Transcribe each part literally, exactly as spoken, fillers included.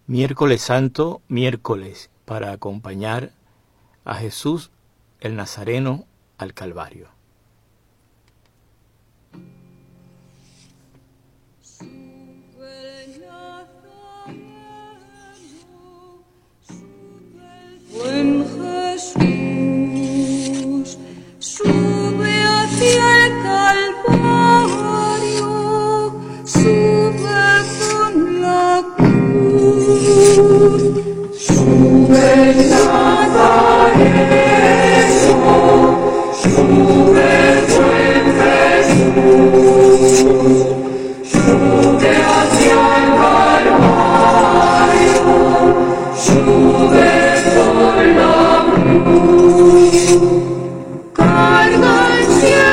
Miércoles Santo, miércoles para acompañar a Jesús el Nazareno al Calvario. Buen Jesús, sube hacia el Calvario, sube con la cruz, sube el Nazareno, sube buen Jesús, sube hacia el Calvario, sube con la cruz, carga el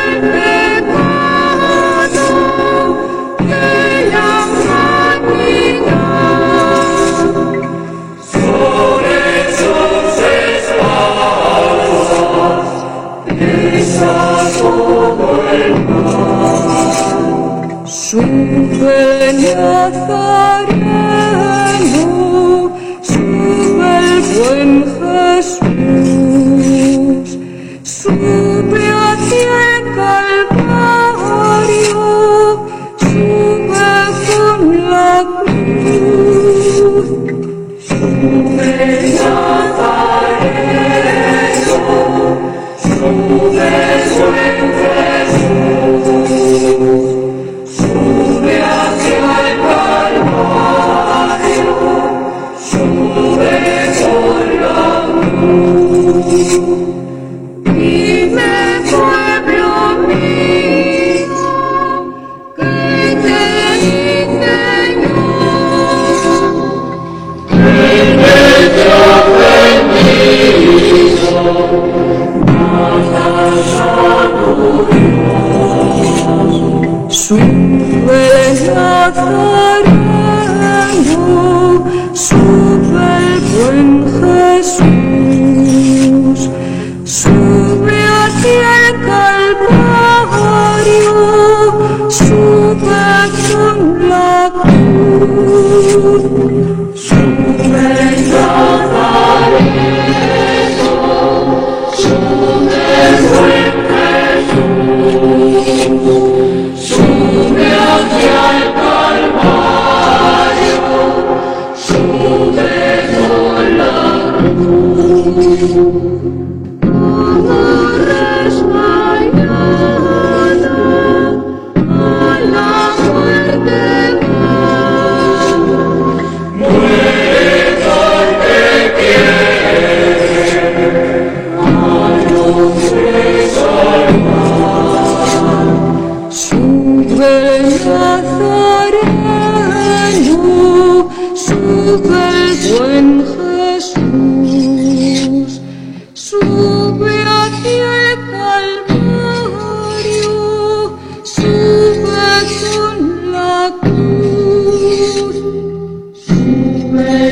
pecado de la humanidad, sobre sus espaldas pesa todo el mal, sube el Nazareno, sube el buen Jesús, sube hacia el Calvario, sube con la cruz, sube el Nazareno, sube el buen Jesús, sube hacia el Calvario, sube con la cruz. Dime, pueblo mío, ¿qué te dice yo? Dime, yo bendigo, nada santo Dios. Sube el Nazareno, sube el buen Jesús, sube hacia el Calvario, sube con la cruz, sube el Nazareno, sube el buen Jesús, sube hacia el Calvario, sube con la cruz. Amarres mañana a la muerte va, muere porque quiere a los que salvar. Sube el Nazareno, sube el buen Jesús, sube hacia el Calvario, sube con la cruz, sube el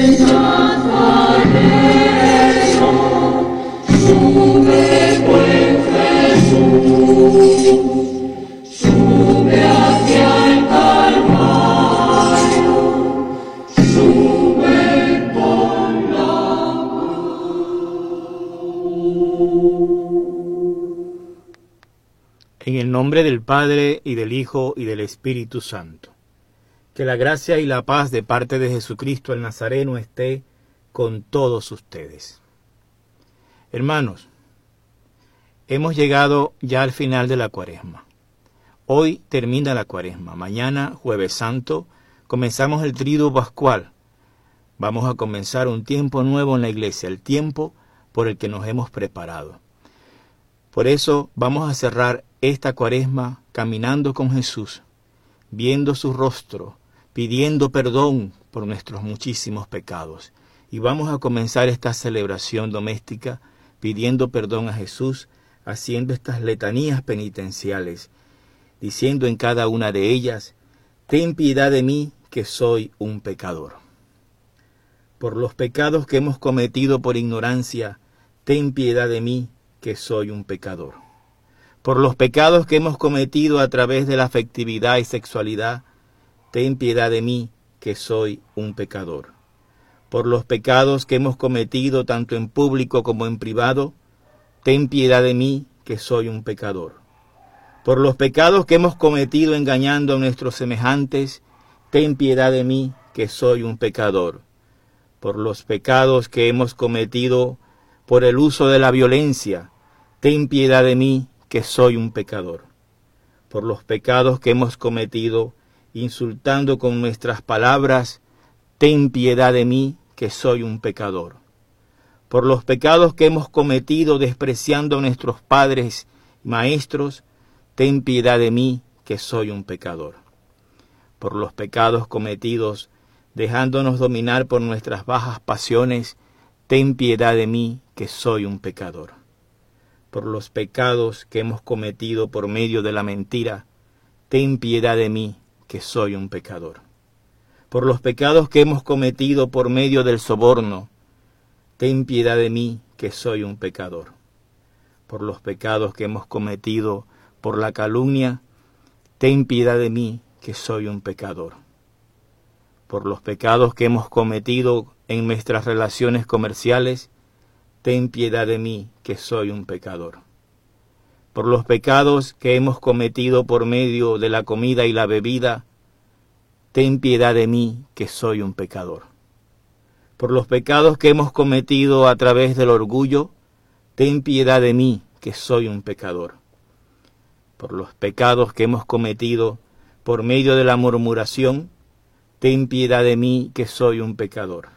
Nazareno, sube buen Jesús, sube hacia el Calvario, sube con la En el nombre del Padre, y del Hijo, y del Espíritu Santo. Que la gracia y la paz de parte de Jesucristo el Nazareno esté con todos ustedes. Hermanos, hemos llegado ya al final de la Cuaresma. Hoy termina la Cuaresma. Mañana, Jueves Santo, comenzamos el Triduo Pascual. Vamos a comenzar un tiempo nuevo en la Iglesia, el tiempo por el que nos hemos preparado. Por eso vamos a cerrar esta Cuaresma caminando con Jesús, viendo su rostro, pidiendo perdón por nuestros muchísimos pecados. Y vamos a comenzar esta celebración doméstica pidiendo perdón a Jesús, haciendo estas letanías penitenciales, diciendo en cada una de ellas: ten piedad de mí, que soy un pecador. Por los pecados que hemos cometido por ignorancia, ten piedad de mí, que soy un pecador. Por los pecados que hemos cometido a través de la afectividad y sexualidad, ten piedad de mí, que soy un pecador. Por los pecados que hemos cometido tanto en público como en privado, ten piedad de mí, que soy un pecador. Por los pecados que hemos cometido engañando a nuestros semejantes, ten piedad de mí, que soy un pecador. Por los pecados que hemos cometido por el uso de la violencia, ten piedad de mí, que soy un pecador. Por los pecados que hemos cometido insultando con nuestras palabras, ten piedad de mí, que soy un pecador. Por los pecados que hemos cometido despreciando a nuestros padres y maestros, ten piedad de mí, que soy un pecador. Por los pecados cometidos dejándonos dominar por nuestras bajas pasiones, ten piedad de mí, que soy un pecador. Por los pecados que hemos cometido por medio de la mentira, ten piedad de mí, que soy un pecador. Por los pecados que hemos cometido por medio del soborno, ten piedad de mí, que soy un pecador. Por los pecados que hemos cometido por la calumnia, ten piedad de mí, que soy un pecador. Por los pecados que hemos cometido en nuestras relaciones comerciales, ten piedad de mí, que soy un pecador. Por los pecados que hemos cometido por medio de la comida y la bebida, ten piedad de mí, que soy un pecador. Por los pecados que hemos cometido a través del orgullo, ten piedad de mí, que soy un pecador. Por los pecados que hemos cometido por medio de la murmuración, ten piedad de mí, que soy un pecador.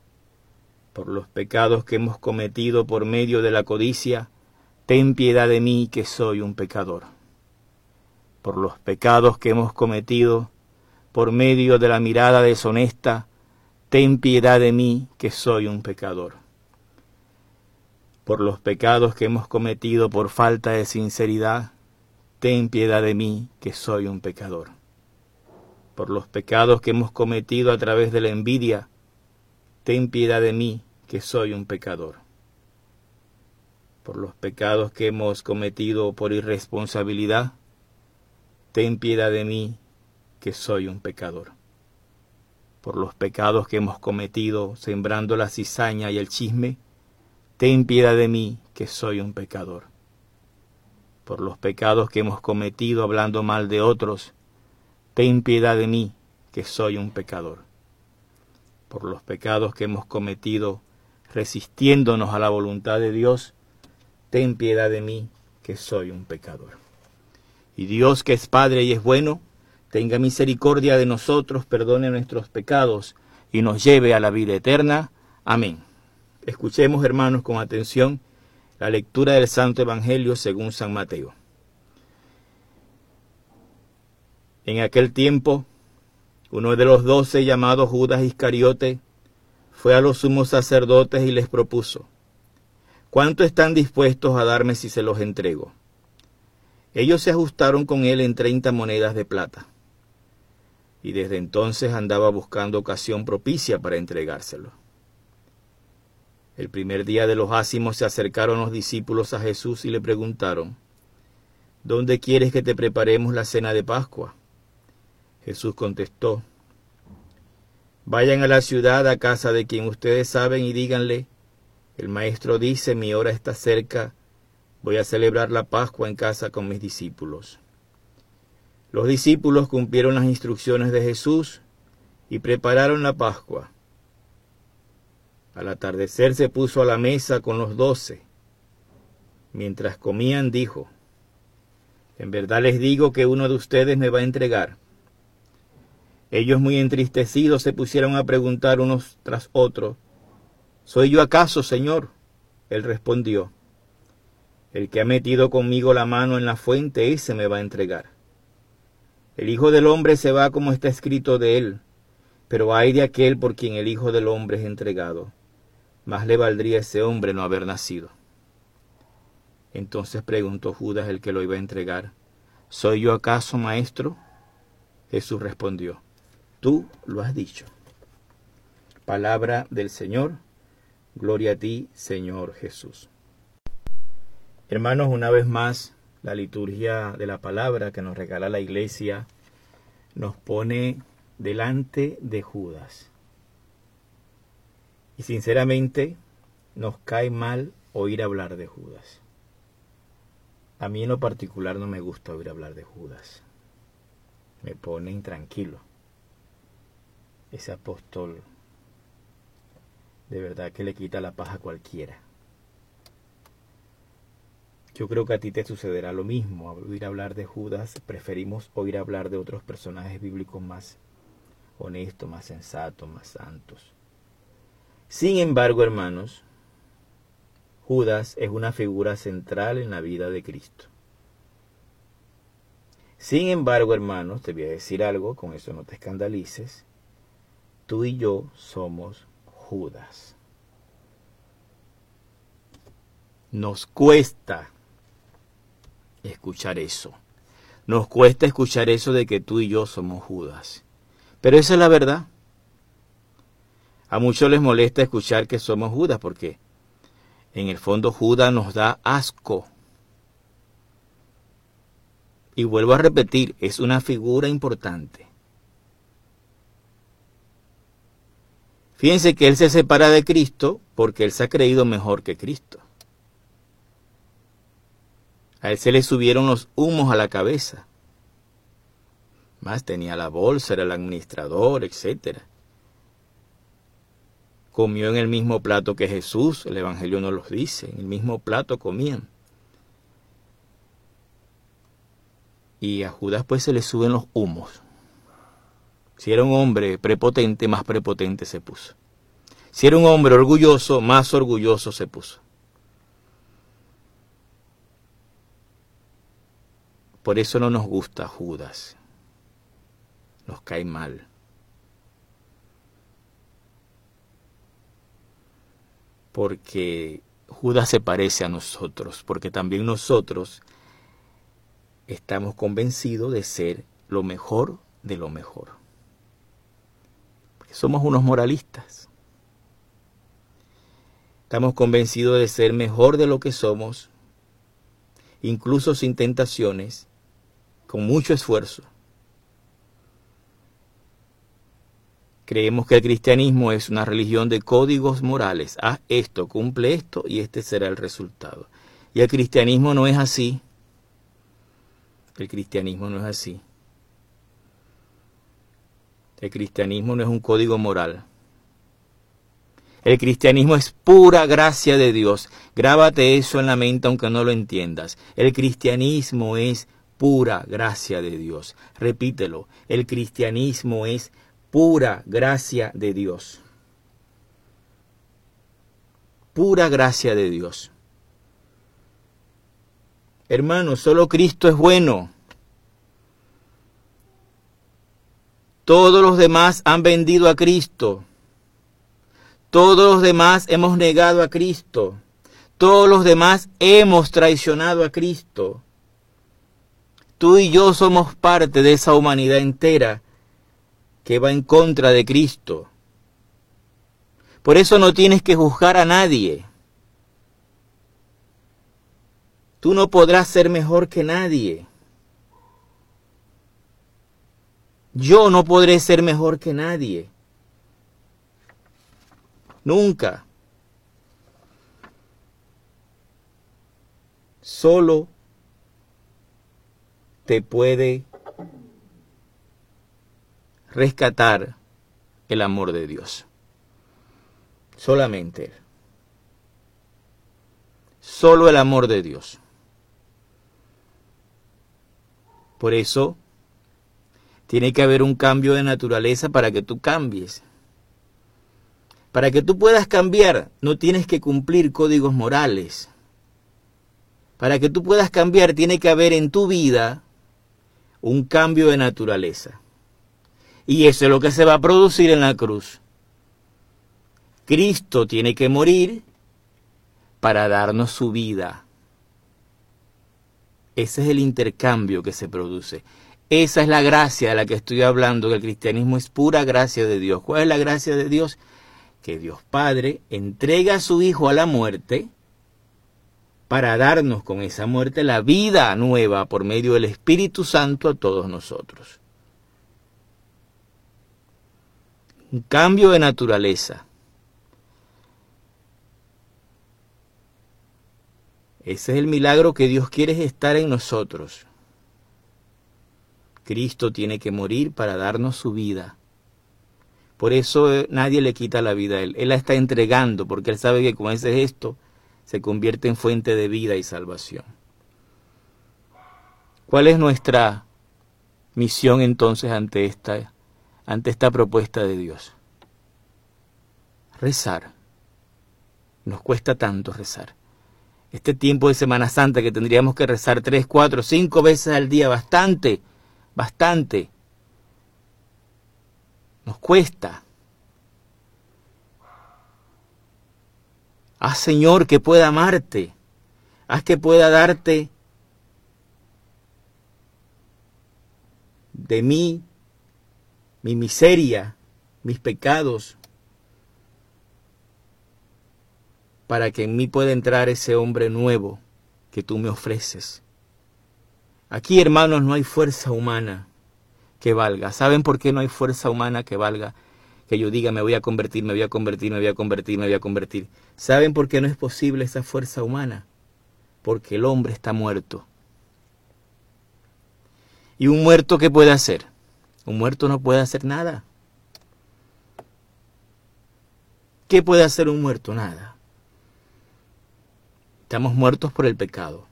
Por los pecados que hemos cometido por medio de la codicia, ten piedad de mí, que soy un pecador. Por los pecados que hemos cometido por medio de la mirada deshonesta, ten piedad de mí, que soy un pecador. Por los pecados que hemos cometido por falta de sinceridad, ten piedad de mí, que soy un pecador. Por los pecados que hemos cometido a través de la envidia, ten piedad de mí, que soy un pecador. Por los pecados que hemos cometido por irresponsabilidad, ten piedad de mí, que soy un pecador. Por los pecados que hemos cometido sembrando la cizaña y el chisme, ten piedad de mí, que soy un pecador. Por los pecados que hemos cometido hablando mal de otros, ten piedad de mí, que soy un pecador. Por los pecados que hemos cometido resistiéndonos a la voluntad de Dios, ten piedad de mí, que soy un pecador. Y Dios, que es Padre y es bueno, tenga misericordia de nosotros, perdone nuestros pecados y nos lleve a la vida eterna. Amén. Escuchemos, hermanos, con atención la lectura del Santo Evangelio según San Mateo. En aquel tiempo, uno de los doce, llamado Judas Iscariote, fue a los sumos sacerdotes y les propuso: ¿cuánto están dispuestos a darme si se los entrego? Ellos se ajustaron con él en treinta monedas de plata. Y desde entonces andaba buscando ocasión propicia para entregárselo. El primer día de los ácimos se acercaron los discípulos a Jesús y le preguntaron: ¿dónde quieres que te preparemos la cena de Pascua? Jesús contestó: vayan a la ciudad, a casa de quien ustedes saben, y díganle: el maestro dice, mi hora está cerca, voy a celebrar la Pascua en casa con mis discípulos. Los discípulos cumplieron las instrucciones de Jesús y prepararon la Pascua. Al atardecer se puso a la mesa con los doce. Mientras comían dijo: en verdad les digo que uno de ustedes me va a entregar. Ellos, muy entristecidos, se pusieron a preguntar unos tras otros: ¿soy yo acaso, Señor? Él respondió: el que ha metido conmigo la mano en la fuente, ese me va a entregar. El Hijo del Hombre se va como está escrito de él, pero ay de aquel por quien el Hijo del Hombre es entregado. Más le valdría a ese hombre no haber nacido. Entonces preguntó Judas, el que lo iba a entregar: ¿soy yo acaso, maestro? Jesús respondió: tú lo has dicho. Palabra del Señor. Gloria a ti, Señor Jesús. Hermanos, una vez más, la liturgia de la palabra que nos regala la Iglesia nos pone delante de Judas. Y sinceramente nos cae mal oír hablar de Judas. A mí en lo particular no me gusta oír hablar de Judas. Me pone intranquilo. Ese apóstol de verdad que le quita la paz a cualquiera. Yo creo que a ti te sucederá lo mismo. Al oír hablar de Judas, preferimos oír hablar de otros personajes bíblicos más honestos, más sensatos, más santos. Sin embargo, hermanos, Judas es una figura central en la vida de Cristo. Sin embargo, hermanos, te voy a decir algo, con eso no te escandalices. Tú y yo somos Judas. Nos cuesta escuchar eso. Nos cuesta escuchar eso de que tú y yo somos Judas. Pero esa es la verdad. A muchos les molesta escuchar que somos Judas porque en el fondo Judas nos da asco. Y vuelvo a repetir, es una figura importante. Fíjense que él se separa de Cristo porque él se ha creído mejor que Cristo. A él se le subieron los humos a la cabeza. Más tenía la bolsa, era el administrador, etcétera. Comió en el mismo plato que Jesús, el Evangelio nos lo dice, en el mismo plato comían. Y a Judas pues se le suben los humos. Si era un hombre prepotente, más prepotente se puso. Si era un hombre orgulloso, más orgulloso se puso. Por eso no nos gusta Judas. Nos cae mal. Porque Judas se parece a nosotros, porque también nosotros estamos convencidos de ser lo mejor de lo mejor. Porque somos unos moralistas. Estamos convencidos de ser mejor de lo que somos, incluso sin tentaciones, con mucho esfuerzo. Creemos que el cristianismo es una religión de códigos morales. Haz esto, cumple esto y este será el resultado. Y el cristianismo no es así. El cristianismo no es así. El cristianismo no es un código moral. El cristianismo es pura gracia de Dios. Grábate eso en la mente aunque no lo entiendas. El cristianismo es pura gracia de Dios. Repítelo. El cristianismo es pura gracia de Dios. Pura gracia de Dios. Hermanos, solo Cristo es bueno. Todos los demás han vendido a Cristo. Todos los demás hemos negado a Cristo. Todos los demás hemos traicionado a Cristo. Tú y yo somos parte de esa humanidad entera que va en contra de Cristo. Por eso no tienes que juzgar a nadie. Tú no podrás ser mejor que nadie. Yo no podré ser mejor que nadie. Nunca. Solo te puede rescatar el amor de Dios. Solamente Él. Solo el amor de Dios. Por eso, tiene que haber un cambio de naturaleza para que tú cambies. Para que tú puedas cambiar, no tienes que cumplir códigos morales. Para que tú puedas cambiar, tiene que haber en tu vida un cambio de naturaleza. Y eso es lo que se va a producir en la cruz. Cristo tiene que morir para darnos su vida. Ese es el intercambio que se produce. Esa es la gracia de la que estoy hablando, que el cristianismo es pura gracia de Dios. ¿Cuál es la gracia de Dios? Que Dios Padre entrega a su Hijo a la muerte para darnos con esa muerte la vida nueva por medio del Espíritu Santo a todos nosotros. Un cambio de naturaleza. Ese es el milagro que Dios quiere estar en nosotros. Cristo tiene que morir para darnos su vida. Por eso eh, nadie le quita la vida a Él. Él la está entregando porque Él sabe que con ese gesto se convierte en fuente de vida y salvación. ¿Cuál es nuestra misión entonces ante esta, ante esta propuesta de Dios? Rezar. Nos cuesta tanto rezar. Este tiempo de Semana Santa que tendríamos que rezar tres, cuatro, cinco veces al día, bastante, bastante. Nos cuesta. Haz, Señor, que pueda amarte. Haz que pueda darte de mí, mi miseria, mis pecados, para que en mí pueda entrar ese hombre nuevo que tú me ofreces. Aquí, hermanos, no hay fuerza humana que valga. ¿Saben por qué no hay fuerza humana que valga? Que yo diga, me voy a convertir, me voy a convertir, me voy a convertir, me voy a convertir. ¿Saben por qué no es posible esa fuerza humana? Porque el hombre está muerto. ¿Y un muerto qué puede hacer? Un muerto no puede hacer nada. ¿Qué puede hacer un muerto? Nada. Estamos muertos por el pecado.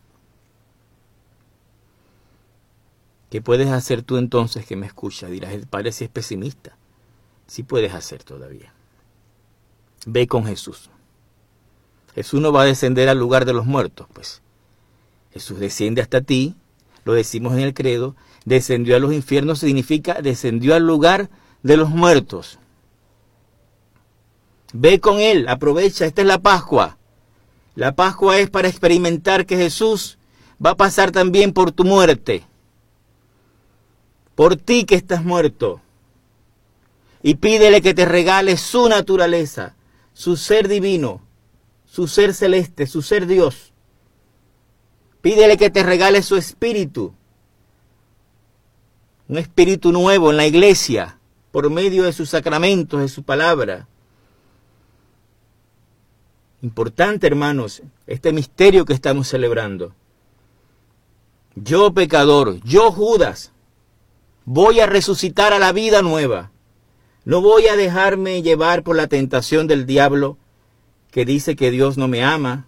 ¿Qué puedes hacer tú entonces que me escuchas? Dirás, el Padre si es pesimista. Sí puedes hacer todavía. Ve con Jesús. Jesús no va a descender al lugar de los muertos, pues. Jesús desciende hasta ti, lo decimos en el credo, descendió a los infiernos significa descendió al lugar de los muertos. Ve con Él, aprovecha, esta es la Pascua. La Pascua es para experimentar que Jesús va a pasar también por tu muerte. Por ti que estás muerto. Y pídele que te regale su naturaleza, su ser divino, su ser celeste, su ser Dios. Pídele que te regale su espíritu. Un espíritu nuevo en la iglesia, por medio de sus sacramentos, de su palabra. Importante, hermanos, este misterio que estamos celebrando. Yo, pecador, yo, Judas, voy a resucitar a la vida nueva. No voy a dejarme llevar por la tentación del diablo que dice que Dios no me ama.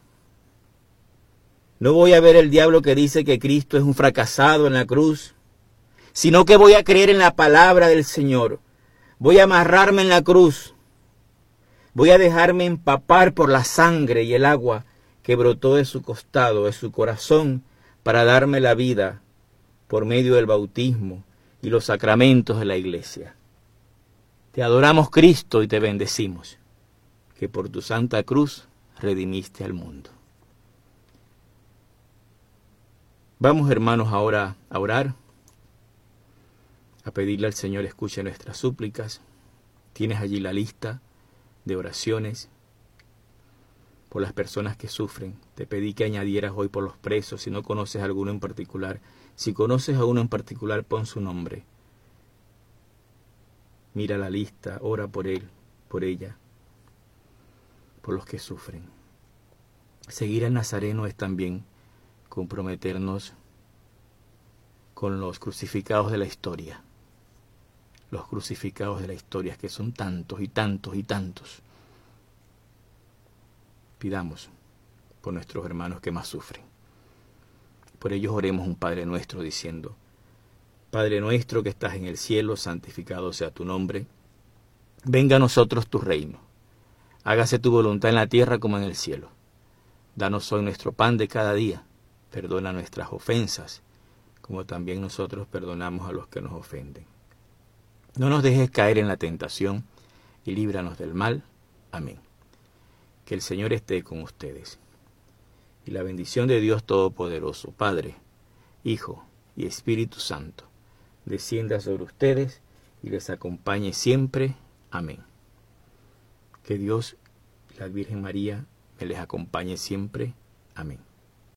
No voy a ver el diablo que dice que Cristo es un fracasado en la cruz, sino que voy a creer en la palabra del Señor. Voy a amarrarme en la cruz. Voy a dejarme empapar por la sangre y el agua que brotó de su costado, de su corazón, para darme la vida por medio del bautismo y los sacramentos de la iglesia. Te adoramos, Cristo, y te bendecimos, que por tu santa cruz redimiste al mundo. Vamos, hermanos, ahora a orar, a pedirle al Señor escuche nuestras súplicas. Tienes allí la lista de oraciones por las personas que sufren. Te pedí que añadieras hoy por los presos, si no conoces a alguno en particular. Si conoces a uno en particular, pon su nombre. Mira la lista, ora por él, por ella, por los que sufren. Seguir al Nazareno es también comprometernos con los crucificados de la historia. Los crucificados de la historia, que son tantos y tantos y tantos. Pidamos por nuestros hermanos que más sufren. Por ellos oremos un Padre Nuestro diciendo: Padre nuestro que estás en el cielo, santificado sea tu nombre. Venga a nosotros tu reino. Hágase tu voluntad en la tierra como en el cielo. Danos hoy nuestro pan de cada día. Perdona nuestras ofensas, como también nosotros perdonamos a los que nos ofenden. No nos dejes caer en la tentación y líbranos del mal. Amén. Que el Señor esté con ustedes. Y la bendición de Dios Todopoderoso, Padre, Hijo y Espíritu Santo, descienda sobre ustedes y les acompañe siempre. Amén. Que Dios y la Virgen María me les acompañe siempre. Amén.